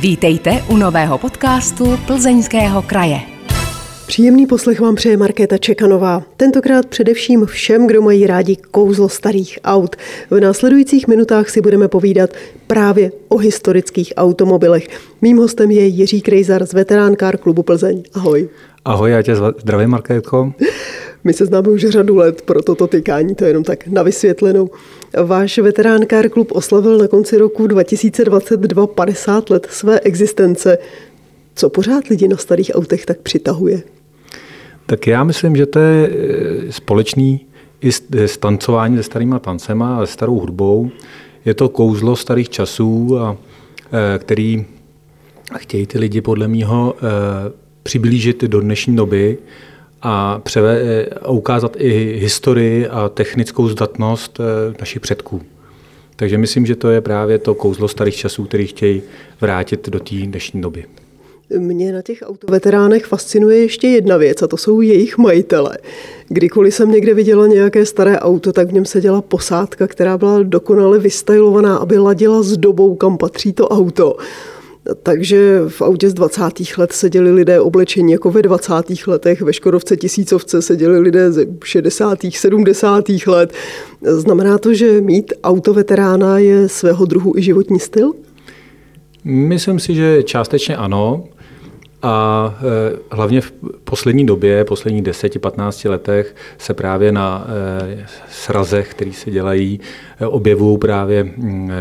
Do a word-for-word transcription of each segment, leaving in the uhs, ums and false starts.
Vítejte u nového podcastu Plzeňského kraje. Příjemný poslech vám přeje Markéta Čekanová. Tentokrát především všem, kdo mají rádi kouzlo starých aut. V následujících minutách si budeme povídat právě o historických automobilech. Mým hostem je Jiří Krejzar z Veterán Car Klubu Plzeň. Ahoj. Ahoj, já tě zdravím, Markétko. My se známe už řadu let pro toto tykání, to je jenom tak na vysvětlenou. Váš Veterán Car Klub oslavil na konci roku dva tisíce dvacet dva padesát let své existence. Co pořád lidi na starých autech tak přitahuje? Tak já myslím, že to je společný i s tancování se starýma tancema a se starou hudbou. Je to kouzlo starých časů, a, který chtějí ty lidi podle mýho přiblížit do dnešní doby a, převe, a ukázat i historii a technickou zdatnost našich předků. Takže myslím, že to je právě to kouzlo starých časů, který chtějí vrátit do té dnešní doby. Mě na těch autoveteránech fascinuje ještě jedna věc, a to jsou jejich majitele. Kdykoliv jsem někde viděla nějaké staré auto, tak v něm seděla posádka, která byla dokonale vystylovaná, aby ladila s dobou, kam patří to auto. Takže v autě z dvacátých let seděli lidé oblečení jako ve dvacátých letech, ve Škodovce tisícovce seděli lidé ze šedesátých, sedmdesátých let. Znamená to, že mít autoveterána je svého druhu i životní styl? Myslím si, že částečně ano. A e, hlavně v poslední době, posledních deseti patnácti letech se právě na e, srazech, které se dělají, e, objevují právě e,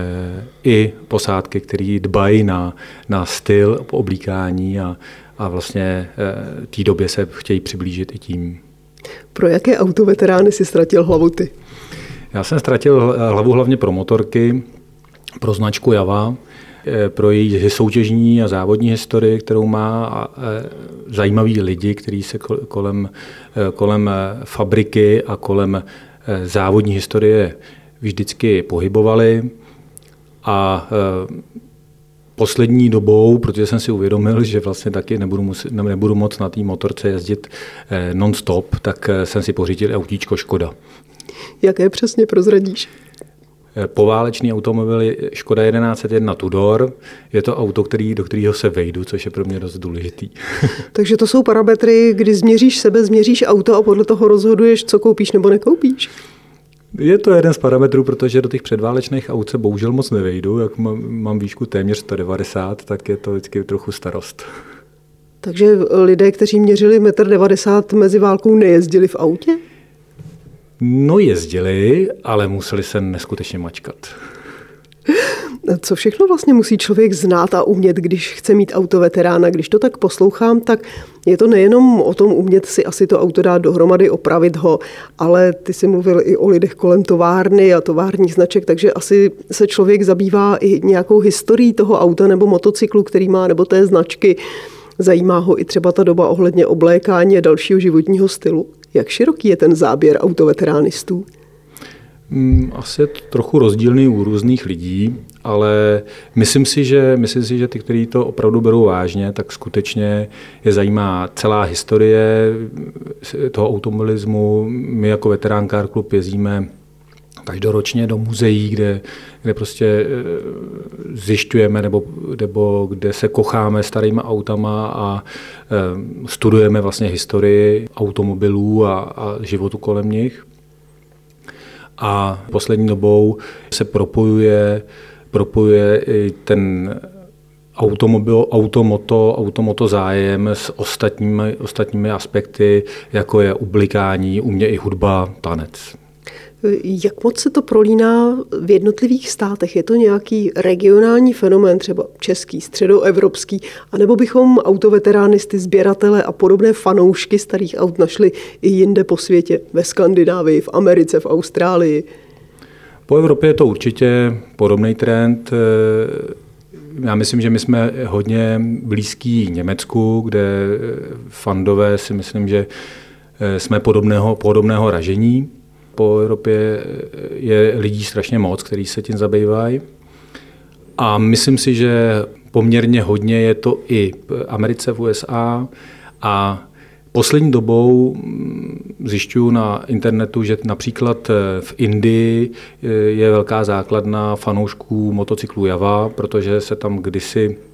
i posádky, které dbají na, na styl oblíkání a, a vlastně e, té době se chtějí přiblížit i tím. Pro jaké autoveterány si ztratil hlavu ty? Já jsem ztratil hlavu hlavně pro motorky, pro značku Java, pro její soutěžní a závodní historii, kterou má, a zajímaví lidi, kteří se kolem, kolem fabriky a kolem závodní historie vždycky pohybovali. A poslední dobou, protože jsem si uvědomil, že vlastně taky nebudu, muset, nebudu moc na té motorce jezdit non-stop, tak jsem si pořídil autíčko Škoda. Jaké přesně prozradíš? Poválečný automobil je Škoda jedenáct set jedna Tudor. Je to auto, který, do kterého se vejdu, což je pro mě dost důležitý. Takže to jsou parametry, kdy změříš sebe, změříš auto a podle toho rozhoduješ, co koupíš nebo nekoupíš? Je to jeden z parametrů, protože do těch předválečných aut se bohužel moc nevejdu. Jak mám výšku téměř sto devadesát, tak je to vždycky trochu starost. Takže lidé, kteří měřili metr devadesát mezi válkou, nejezdili v autě? No jezdili, ale museli se neskutečně mačkat. Co všechno vlastně musí člověk znát a umět, když chce mít autoveterána? Když to tak poslouchám, tak je to nejenom o tom umět si asi to auto dát dohromady, opravit ho, ale ty jsi mluvil i o lidech kolem továrny a továrních značek, takže asi se člověk zabývá i nějakou historií toho auta nebo motocyklu, který má, nebo té značky. Zajímá ho i třeba ta doba ohledně oblékání a dalšího životního stylu. Jak široký je ten záběr autoveteránistů? Asi je to trochu rozdílný u různých lidí, ale myslím si, že, myslím si, že ty, kteří to opravdu berou vážně, tak skutečně je zajímá celá historie toho automobilismu. My jako Veterán Car Club jezdíme každoročně do muzeí, kde, kde prostě zjišťujeme nebo, nebo kde se kocháme starýma autama a e, studujeme vlastně historii automobilů a, a životu kolem nich. A poslední dobou se propojuje, propojuje i ten automobil, automoto, automoto zájem s ostatními, ostatními aspekty, jako je ublikání, u mě i hudba, tanec. Jak moc se to prolíná v jednotlivých státech? Je to nějaký regionální fenomén, třeba český, středoevropský, anebo bychom autoveteránisty, sběratele a podobné fanoušky starých aut našli i jinde po světě, ve Skandinávii, v Americe, v Austrálii? Po Evropě je to určitě podobný trend. Já myslím, že my jsme hodně blízký Německu, kde fandové si myslím, že jsme podobného, podobného ražení. Po Evropě je lidí strašně moc, kteří se tím zabývají. A myslím si, že poměrně hodně je to i v Americe, v U S A. A poslední dobou zjišťuju na internetu, že například v Indii je velká základna fanoušků motocyklů Java, protože se tam kdysi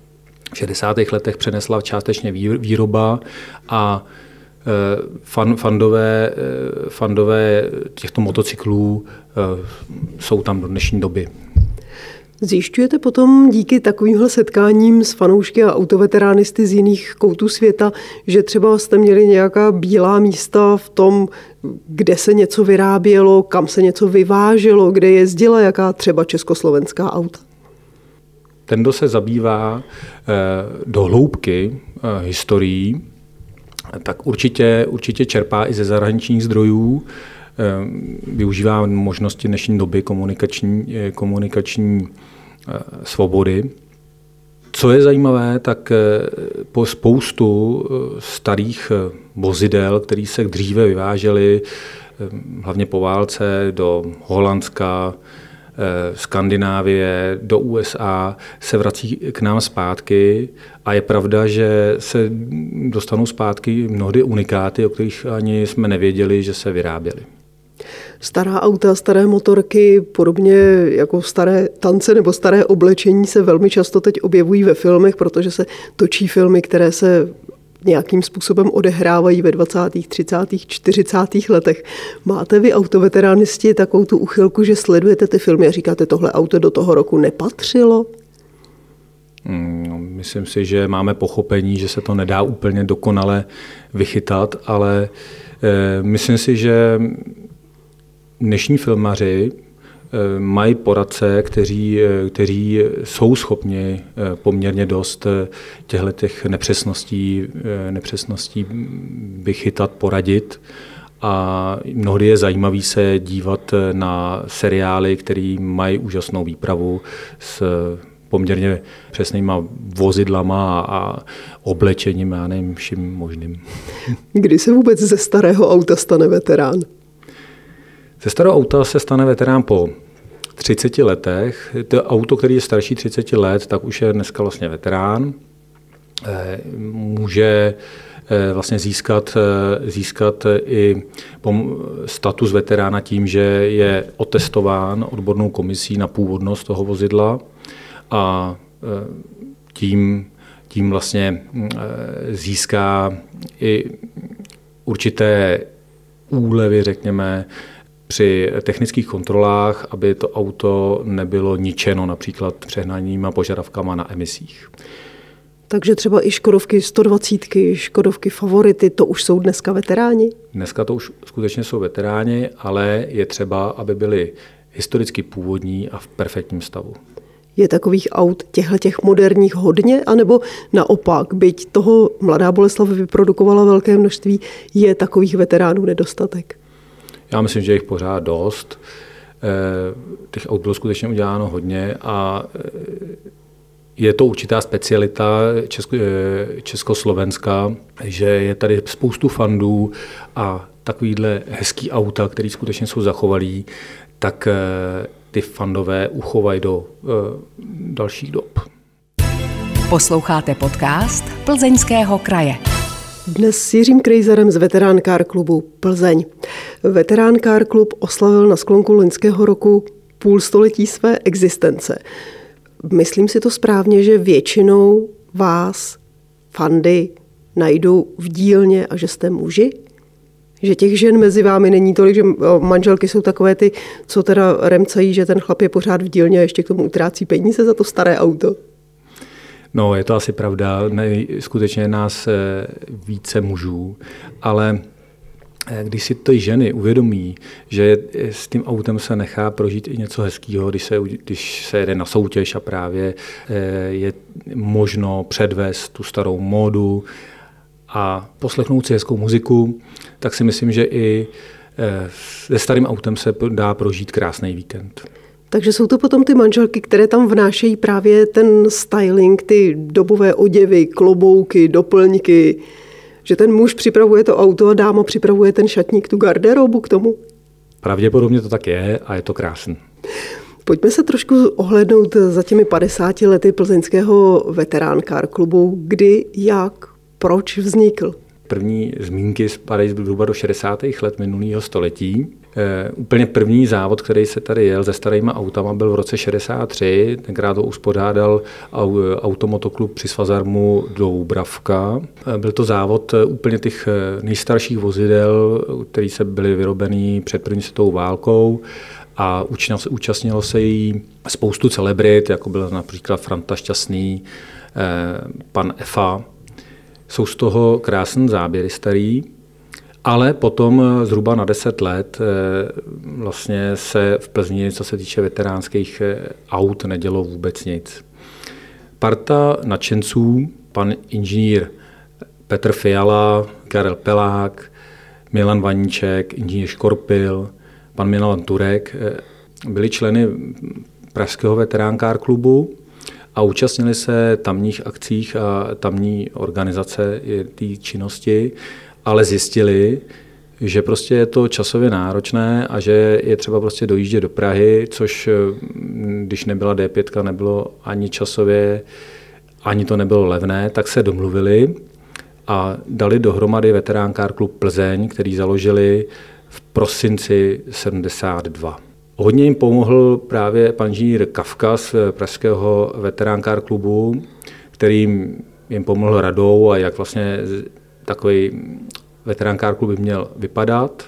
v šedesátých letech přenesla částečně výroba a fan, fandové, fandové těchto motocyklů jsou tam do dnešní doby. Zjišťujete potom díky takovýmhle setkáním s fanoušky a autoveteránisty z jiných koutů světa, že třeba jste měli nějaká bílá místa v tom, kde se něco vyrábělo, kam se něco vyváželo, kde jezdila jaká třeba československá auta? Ten, kdo se zabývá do hloubky historií, tak určitě, určitě čerpá i ze zahraničních zdrojů, využívá možnosti dnešní doby komunikační, komunikační svobody. Co je zajímavé, tak po spoustu starých vozidel, které se dříve vyvážely, hlavně po válce, do Holandska, Skandinávie, do U S A, se vrací k nám zpátky a je pravda, že se dostanou zpátky mnohdy unikáty, o kterých ani jsme nevěděli, že se vyráběly. Stará auta, staré motorky, podobně jako staré tance nebo staré oblečení se velmi často teď objevují ve filmech, protože se točí filmy, které se nějakým způsobem odehrávají ve dvacátých, třicátých, čtyřicátých letech. Máte vy autoveteránisti takovou tu uchylku, že sledujete ty filmy a říkáte, tohle auto do toho roku nepatřilo? No, myslím si, že máme pochopení, že se to nedá úplně dokonale vychytat, ale eh, myslím si, že dnešní filmaři mají poradce, kteří, kteří jsou schopni poměrně dost těchto nepřesností, nepřesností vychytat, poradit. A mnohdy je zajímavý se dívat na seriály, které mají úžasnou výpravu s poměrně přesnýma vozidlama a oblečením, já nevím, vším možným. Kdy se vůbec ze starého auta stane veterán? Ze starého auta se stane veterán po třiceti letech. To auto, který je starší třicet let, tak už je dneska vlastně veterán. Může vlastně získat, získat i status veterána tím, že je otestován odbornou komisí na původnost toho vozidla a tím, tím vlastně získá i určité úlevy, řekněme, při technických kontrolách, aby to auto nebylo ničeno například přehnaníma požadavkama na emisích. Takže třeba i Škodovky sto dvacet, Škodovky Favority, to už jsou dneska veteráni? Dneska to už skutečně jsou veteráni, ale je třeba, aby byli historicky původní a v perfektním stavu. Je takových aut těch moderních hodně, anebo naopak, byť toho Mladá Boleslav vyprodukovala velké množství, je takových veteránů nedostatek? Já myslím, že jich pořád dost. Těch aut bylo skutečně uděláno hodně a je to určitá specialita Česko, Československa, že je tady spoustu fandů a takovýhle hezký auta, který skutečně jsou zachovalý, tak ty fandové uchovají do dalších dob. Posloucháte podcast Plzeňského kraje. Dnes s Jiřím Krejzerem z Veterán Car Klubu Plzeň. Veterán Car Klub oslavil na sklonku loňského roku půl století své existence. Myslím si to správně, že většinou vás fandy najdou v dílně a že jste muži? Že těch žen mezi vámi není tolik, že manželky jsou takové ty, co teda remcají, že ten chlap je pořád v dílně a ještě k tomu utrácí peníze za to staré auto? No, je to asi pravda, ne, skutečně je nás více mužů, ale když si ty ženy uvědomí, že s tím autem se nechá prožít i něco hezkého, když se, když se jede na soutěž a právě je možno předvést tu starou módu a poslechnout si hezkou muziku, tak si myslím, že i se starým autem se dá prožít krásný víkend. Takže jsou to potom ty manželky, které tam vnášejí právě ten styling, ty dobové oděvy, klobouky, doplňky, že ten muž připravuje to auto a dáma připravuje ten šatník, tu garderobu k tomu? Pravděpodobně to tak je a je to krásný. Pojďme se trošku ohlédnout za těmi padesáti lety plzeňského Veterán Car Klubu. Kdy, jak, proč vznikl? První zmínky spadají zhruba do šedesátých let minulého století. E, úplně první závod, který se tady jel se starýma autama, byl v roce šedesát tři. Tenkrát to uspořádal Automotoklub při Svazarmu Doubravka. E, byl to závod úplně těch nejstarších vozidel, které se byly vyrobený před první světovou válkou. A účastnilo se jí spoustu celebrit, jako byl například Franta Šťastný, pan Efa. Jsou z toho krásné záběry starý, ale potom zhruba na deset let vlastně se v Plzni, co se týče veteránských aut, nedělo vůbec nic. Parta nadšenců, pan inženýr Petr Fiala, Karel Pelák, Milan Vaníček, inženýr Škorpil, pan Milan Turek, byli členy pražského veteránkář klubu a účastnili se tamních akcích a tamní organizace té činnosti, ale zjistili, že prostě je to časově náročné a že je třeba prostě dojíždět do Prahy, což když nebyla D pět, nebylo ani časově, ani to nebylo levné, tak se domluvili a dali dohromady veteránkář klub Plzeň, který založili v prosinci sedmdesát dva. Hodně jim pomohl právě pan inženýr Kafka z pražského veteránkář klubu, který jim pomohl radou a jak vlastně takový veteránkář klub by měl vypadat.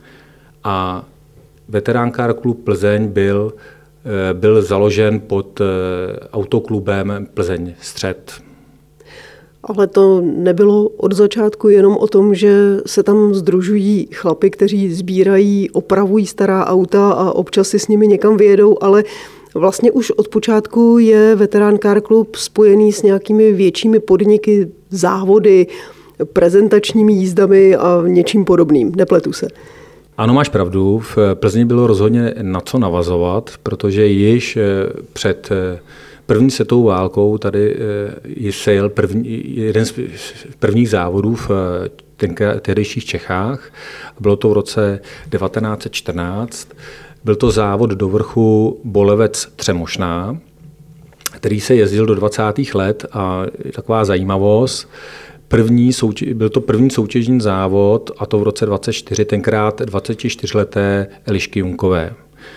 A veteránkář klub Plzeň byl, byl založen pod autoklubem Plzeň Střed. Ale to nebylo od začátku jenom o tom, že se tam sdružují chlapi, kteří sbírají, opravují stará auta a občas si s nimi někam vyjedou, ale vlastně už od počátku je veteránkář klub spojený s nějakými většími podniky, závody, prezentačními jízdami a něčím podobným. Nepletu se. Ano, máš pravdu. V Plzni bylo rozhodně na co navazovat, protože již před první světovou válkou tady se jel první, jeden z prvních závodů v tehdejších Čechách. Bylo to v roce devatenáct set čtrnáct. Byl to závod do vrchu Bolevec Třemošná, který se jezdil do dvacátých let a taková zajímavost. První soutěž, byl to první soutěžní závod a to v roce dvacet čtyři, tenkrát dvacetičtyřleté Elišky Junkové,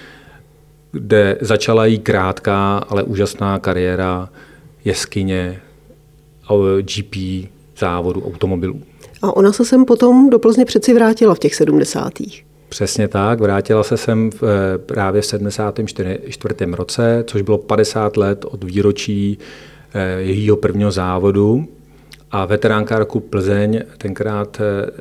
kde začala jí krátká, ale úžasná kariéra jeskyně G P závodu automobilů. A ona se sem potom do Plzně přeci vrátila v těch sedmdesátých. Přesně tak, vrátila se sem v, právě v sedmdesátém čtvrtém roce, což bylo padesát let od výročí jejího prvního závodu. A veteránkář klub Plzeň tenkrát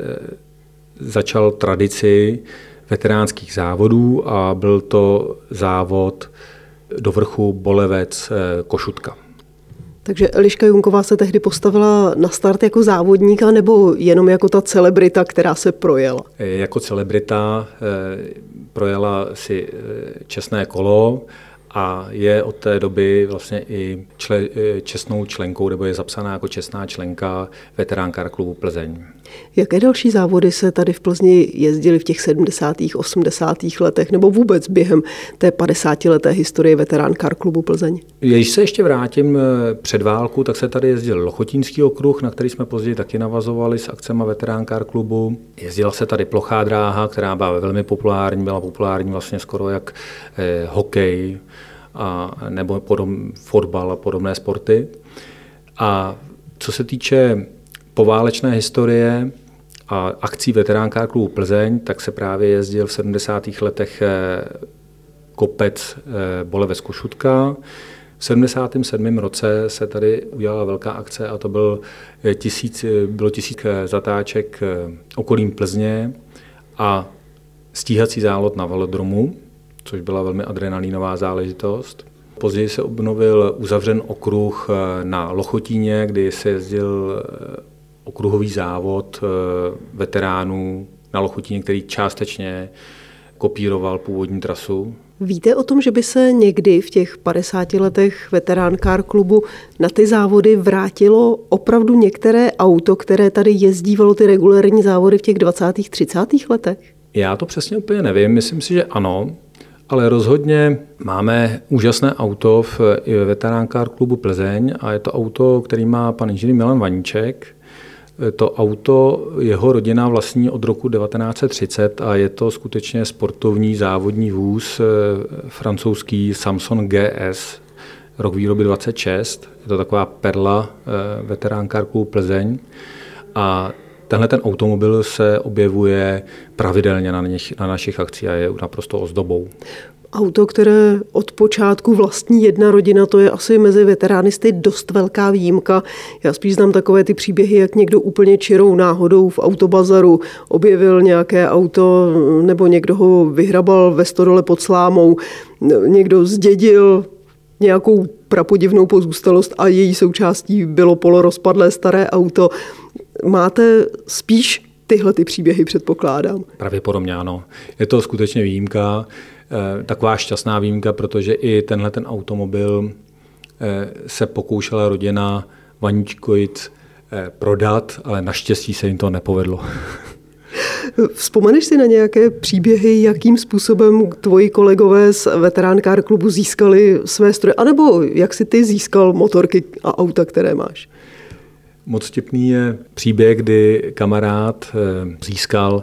začal tradici veteránských závodů a byl to závod do vrchu Bolevec Košutka. Takže Eliška Junková se tehdy postavila na start jako závodníka nebo jenom jako ta celebrita, která se projela? Jako celebrita projela si čestné kolo a je od té doby vlastně i čle, čestnou členkou, nebo je zapsaná jako čestná členka veteránkář klubu Plzeň. Jaké další závody se tady v Plzni jezdily v těch sedmdesátých, osmdesátých letech nebo vůbec během té padesátileté historie veteránkář klubu Plzeň? Když se ještě vrátím před válku, tak se tady jezdil Lochotínský okruh, na který jsme později taky navazovali s akcemi veteránkář klubu. Jezdila se tady plochá dráha, která byla velmi populární, byla populární vlastně skoro jak eh, hokej a, nebo podob, fotbal a podobné sporty. A co se týče poválečné historie a akcí veteránkář klubu Plzeň, tak se právě jezdil v sedmdesátých letech kopec Bolevec Košutka. V sedmdesátém sedmém roce se tady udělala velká akce a to byl tisíc, bylo tisíc zatáček okolím Plzně a stíhací závod na velodromu, což byla velmi adrenalinová záležitost. Později se obnovil uzavřen okruh na Lochotíně, kdy se jezdil okruhový závod veteránů na Lochotíně, který částečně kopíroval původní trasu. Víte o tom, že by se někdy v těch padesáti letech veteránkář klubu na ty závody vrátilo opravdu některé auto, které tady jezdívalo ty regulérní závody v těch dvacátých, třicátých letech? Já to přesně úplně nevím, myslím si, že ano, ale rozhodně máme úžasné auto v veteránkář klubu Plzeň a je to auto, který má pan inženýr Milan Vaníček. To auto jeho rodina vlastní od roku devatenáct set třicet a je to skutečně sportovní závodní vůz francouzský Samson G S, rok výroby dvacet šest. Je to taková perla veteránka klubu Plzeň. A tenhle ten automobil se objevuje pravidelně na, něch, na našich akcích a je naprosto ozdobou. Auto, které od počátku vlastní jedna rodina, to je asi mezi veteránisty dost velká výjimka. Já spíš znám takové ty příběhy, jak někdo úplně čirou náhodou v autobazaru objevil nějaké auto, nebo někdo ho vyhrabal ve stodole pod Slámou, někdo zdědil nějakou prapodivnou pozůstalost a její součástí bylo polorozpadlé staré auto. Máte spíš tyhle ty příběhy, předpokládám? Pravděpodobně ano. Je to skutečně výjimka, taková šťastná výjimka, protože i tenhle ten automobil se pokoušela rodina Vaníčkovic prodat, ale naštěstí se jim to nepovedlo. Vzpomeneš si na nějaké příběhy, jakým způsobem tvoji kolegové z Veterán Car klubu získali své stroje, anebo jak si ty získal motorky a auta, které máš? Moc vtipný je příběh, kdy kamarád získal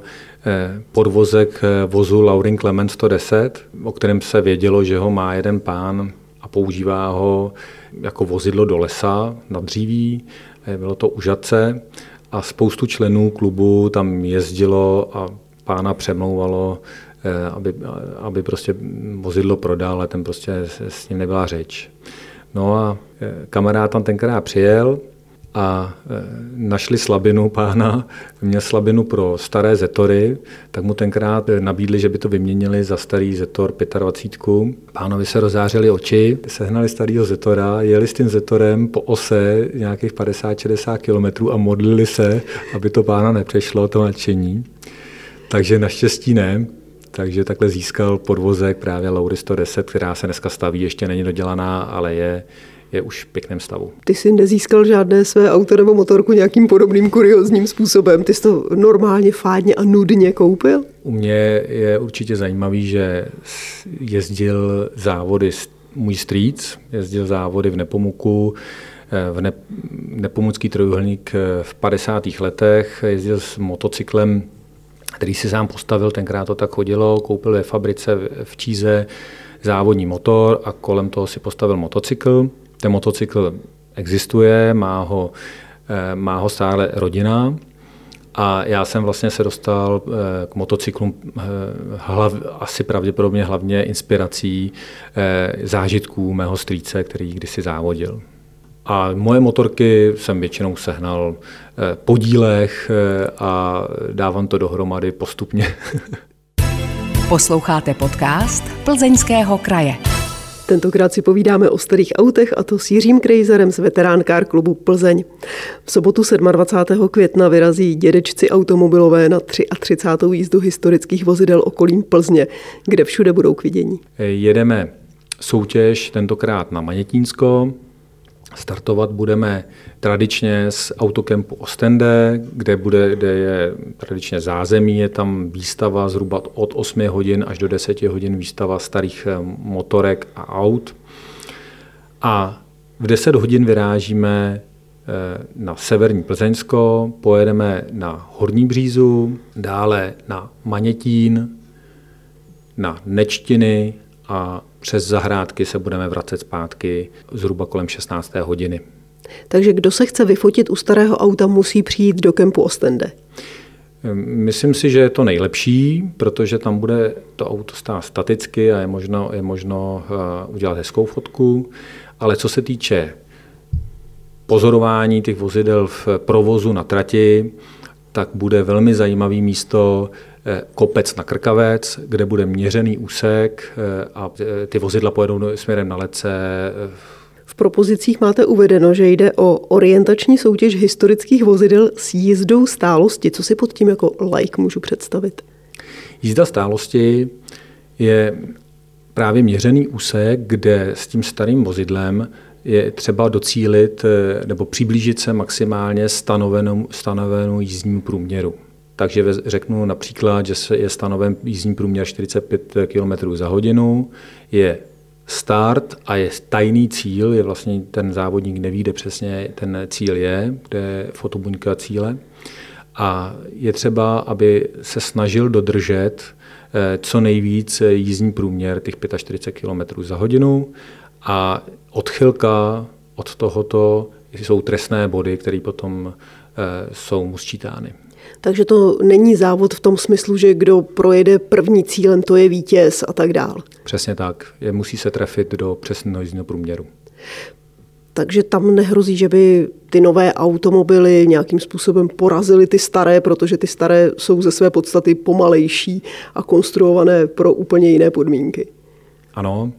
podvozek vozu Laurin Clement sto deset, o kterém se vědělo, že ho má jeden pán a používá ho jako vozidlo do lesa na dříví. Bylo to u Žadce a spoustu členů klubu tam jezdilo a pána přemlouvalo, aby, aby prostě vozidlo prodal, ale ten prostě s ním nebyla řeč. No a kamarád tam tenkrát přijel a našli slabinu pána, měl slabinu pro staré Zetory, tak mu tenkrát nabídli, že by to vyměnili za starý Zetor dvacet pět. Pánovi se rozářily oči, sehnali starýho Zetora, jeli s tím Zetorem po ose nějakých padesát šedesát kilometrů a modlili se, aby to pána nepřešlo, to nadšení. Takže naštěstí ne. Takže takhle získal podvozek právě Laury sto deset, která se dneska staví, ještě není dodělaná, ale je je už v pěkném stavu. Ty jsi nezískal žádné své auto nebo motorku nějakým podobným kuriózním způsobem. Ty jsi to normálně, fádně a nudně koupil? U mě je určitě zajímavý, že jezdil závody můj strýc, jezdil závody v Nepomuku, v ne, Nepomucký trojúhelník v padesátých letech, jezdil s motocyklem, který si sám postavil, tenkrát to tak chodilo, koupil ve fabrice v Číze závodní motor a kolem toho si postavil motocykl. Ten motocykl existuje, má ho, má ho stále rodina a já jsem vlastně se dostal k motocyklům hlav, asi pravděpodobně hlavně inspirací zážitků mého strýce, který kdysi závodil. A moje motorky jsem většinou sehnal po dílech a dávám to dohromady postupně. Posloucháte podcast Plzeňského kraje. Tentokrát si povídáme o starých autech, a to s Jiřím Krejzarem z Veterán Car klubu Plzeň. V sobotu dvacátého sedmého května vyrazí dědečci automobilové na třicátou třetí jízdu historických vozidel okolím Plzně, kde všude budou k vidění. Jedeme soutěž tentokrát na Manětínsko. Startovat budeme tradičně z autokempu Ostende, kde, bude, kde je tradičně zázemí, je tam výstava zhruba od osmi hodin až do deseti hodin výstava starých motorek a aut. A v deset hodin vyrážíme na severní Plzeňsko, pojedeme na Horní Břízu, dále na Manětín, na Nečtiny a přes zahrádky se budeme vracet zpátky zhruba kolem šestnácté hodiny. Takže kdo se chce vyfotit u starého auta, musí přijít do kempu Ostende? Myslím si, že je to nejlepší, protože tam bude to auto stát staticky a je možno, je možno udělat hezkou fotku. Ale co se týče pozorování těch vozidel v provozu na trati, tak bude velmi zajímavý místo kopec na Krkavec, kde bude měřený úsek a ty vozidla pojedou směrem na Ledce. V propozicích máte uvedeno, že jde o orientační soutěž historických vozidel s jízdou stálosti. Co si pod tím jako laik můžu představit? Jízda stálosti je právě měřený úsek, kde s tím starým vozidlem je třeba docílit nebo přiblížit se maximálně stanovenou, stanovenou jízdnímu průměru. Takže řeknu například, že je stanoven jízdní průměr čtyřicet pět kilometrů za hodinu, je start a je tajný cíl, je vlastně ten závodník neví, kde přesně ten cíl je, kde je fotobuňka cíle. A je třeba, aby se snažil dodržet co nejvíc jízdní průměr těch čtyřicet pět kilometrů za hodinu a odchylka od tohoto jsou trestné body, které potom jsou mu sčítány. Takže to není závod v tom smyslu, že kdo projede první cílem, to je vítěz a tak dál. Přesně tak. Je, musí se trefit do přesného jízdního průměru. Takže tam nehrozí, že by ty nové automobily nějakým způsobem porazily ty staré, protože ty staré jsou ze své podstaty pomalejší a konstruované pro úplně jiné podmínky. Ano.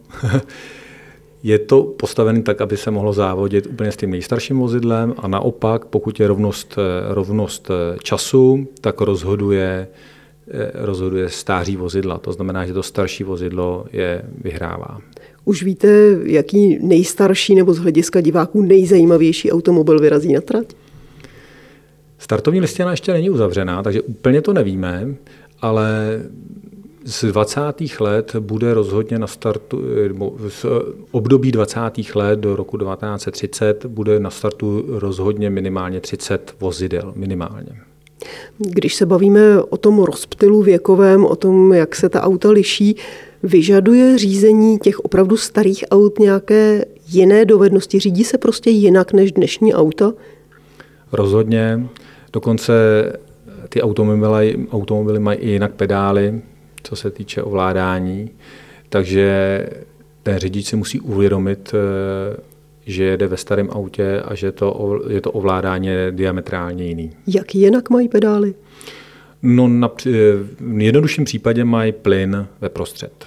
Je to postavené tak, aby se mohlo závodit úplně s tím nejstarším vozidlem a naopak, pokud je rovnost, rovnost času, tak rozhoduje, rozhoduje stáří vozidla. To znamená, že to starší vozidlo je vyhrává. Už víte, jaký nejstarší nebo z hlediska diváků nejzajímavější automobil vyrazí na trať? Startovní listina ještě není uzavřená, takže úplně to nevíme, ale z dvacátých let bude rozhodně na startu, z období dvacátých let do roku devatenáct set třicet bude na startu rozhodně minimálně třicet vozidel, minimálně. Když se bavíme o tom rozptylu věkovém, o tom, jak se ta auta liší, vyžaduje řízení těch opravdu starých aut nějaké jiné dovednosti? Řídí se prostě jinak než dnešní auta? Rozhodně. Dokonce ty automobily, automobily mají i jinak pedály, co se týče ovládání. Takže ten řidič si musí uvědomit, že jede ve starém autě a že to, je to ovládání diametrálně jiný. Jak jinak mají pedály? No, na, v jednodušším případě mají plyn ve prostřed.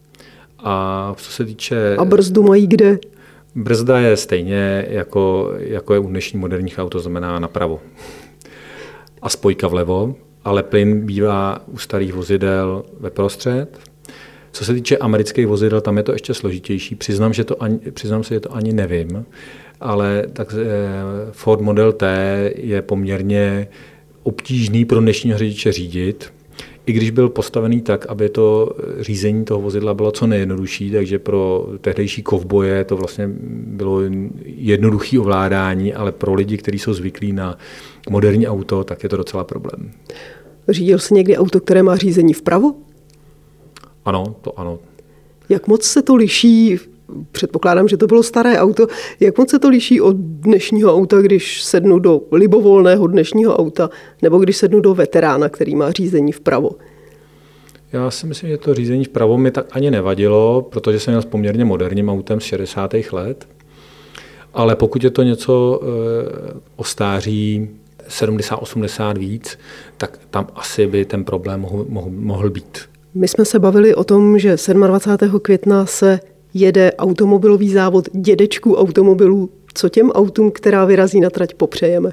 A co se týče... A brzdu mají kde? Brzda je stejně, jako, jako je u dnešních moderních aut, to znamená napravo. A spojka vlevo, ale plyn bývá u starých vozidel ve prostřed. Co se týče amerických vozidel, tam je to ještě složitější. Přiznám, že to ani, přiznám se, že to ani nevím, ale tak Ford Model T je poměrně obtížný pro dnešního řidiče řídit, i když byl postavený tak, aby to řízení toho vozidla bylo co nejjednodušší, takže pro tehdejší kovboje to vlastně bylo jednoduché ovládání, ale pro lidi, kteří jsou zvyklí na moderní auto, tak je to docela problém. Řídil jsi někdy auto, které má řízení vpravo? Ano, to ano. Jak moc se to liší, předpokládám, že to bylo staré auto, jak moc se to liší od dnešního auta, když sednu do libovolného dnešního auta, nebo když sednu do veterána, který má řízení vpravo? Já si myslím, že to řízení vpravo mi tak ani nevadilo, protože jsem měl s poměrně moderním autem z šedesátých let. Ale pokud je to něco e, o stáří sedmdesát osmdesát víc, tak tam asi by ten problém mohl, mohl, mohl být. My jsme se bavili o tom, že dvacátého sedmého května se jede automobilový závod dědečků automobilů. Co těm autům, která vyrazí na trať, popřejeme?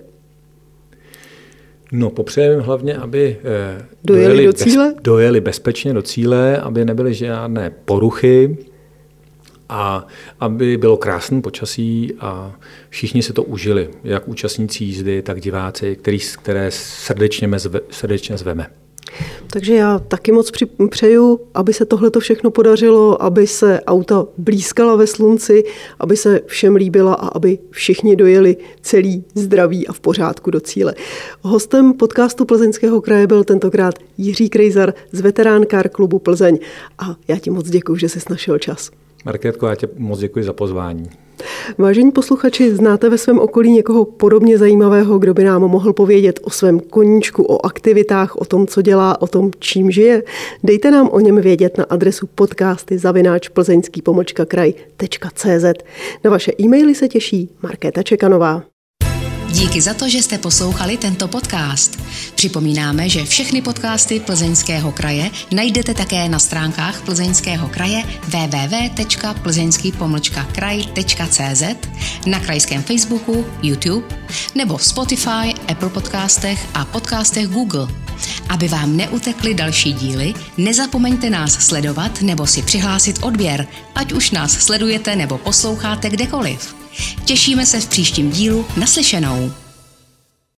No, popřejeme hlavně, aby eh, dojeli, dojeli, do cíle? Bez, dojeli bezpečně do cíle, aby nebyly žádné poruchy a aby bylo krásné počasí a všichni si to užili, jak účastníci jízdy, tak diváci, který, které srdečně, mezve, srdečně zveme. Takže já taky moc přeju, aby se tohleto všechno podařilo, aby se auta blízkala ve slunci, aby se všem líbila a aby všichni dojeli celý, zdraví a v pořádku do cíle. Hostem podcastu Plzeňského kraje byl tentokrát Jiří Krejzar z Veterán Car klubu Plzeň. A já ti moc děkuji, že jsi našel čas. Markétko, já tě moc děkuji za pozvání. Vážení posluchači, znáte ve svém okolí někoho podobně zajímavého, kdo by nám mohl povědět o svém koníčku, o aktivitách, o tom, co dělá, o tom, čím žije? Dejte nám o něm vědět na adresu podcasty zavináč plzeňský pomlčka kraj tečka cé zet. Na vaše e-maily se těší Markéta Čekanová. Díky za to, že jste poslouchali tento podcast. Připomínáme, že všechny podcasty Plzeňského kraje najdete také na stránkách Plzeňského kraje w w w tečka plzeňský pomlčka kraj tečka cé zet, na krajském Facebooku, YouTube nebo v Spotify, Apple podcastech a podcastech Google. Aby vám neutekly další díly, nezapomeňte nás sledovat nebo si přihlásit odběr, ať už nás sledujete nebo posloucháte kdekoliv. Těšíme se v příštím dílu. Naslyšenou.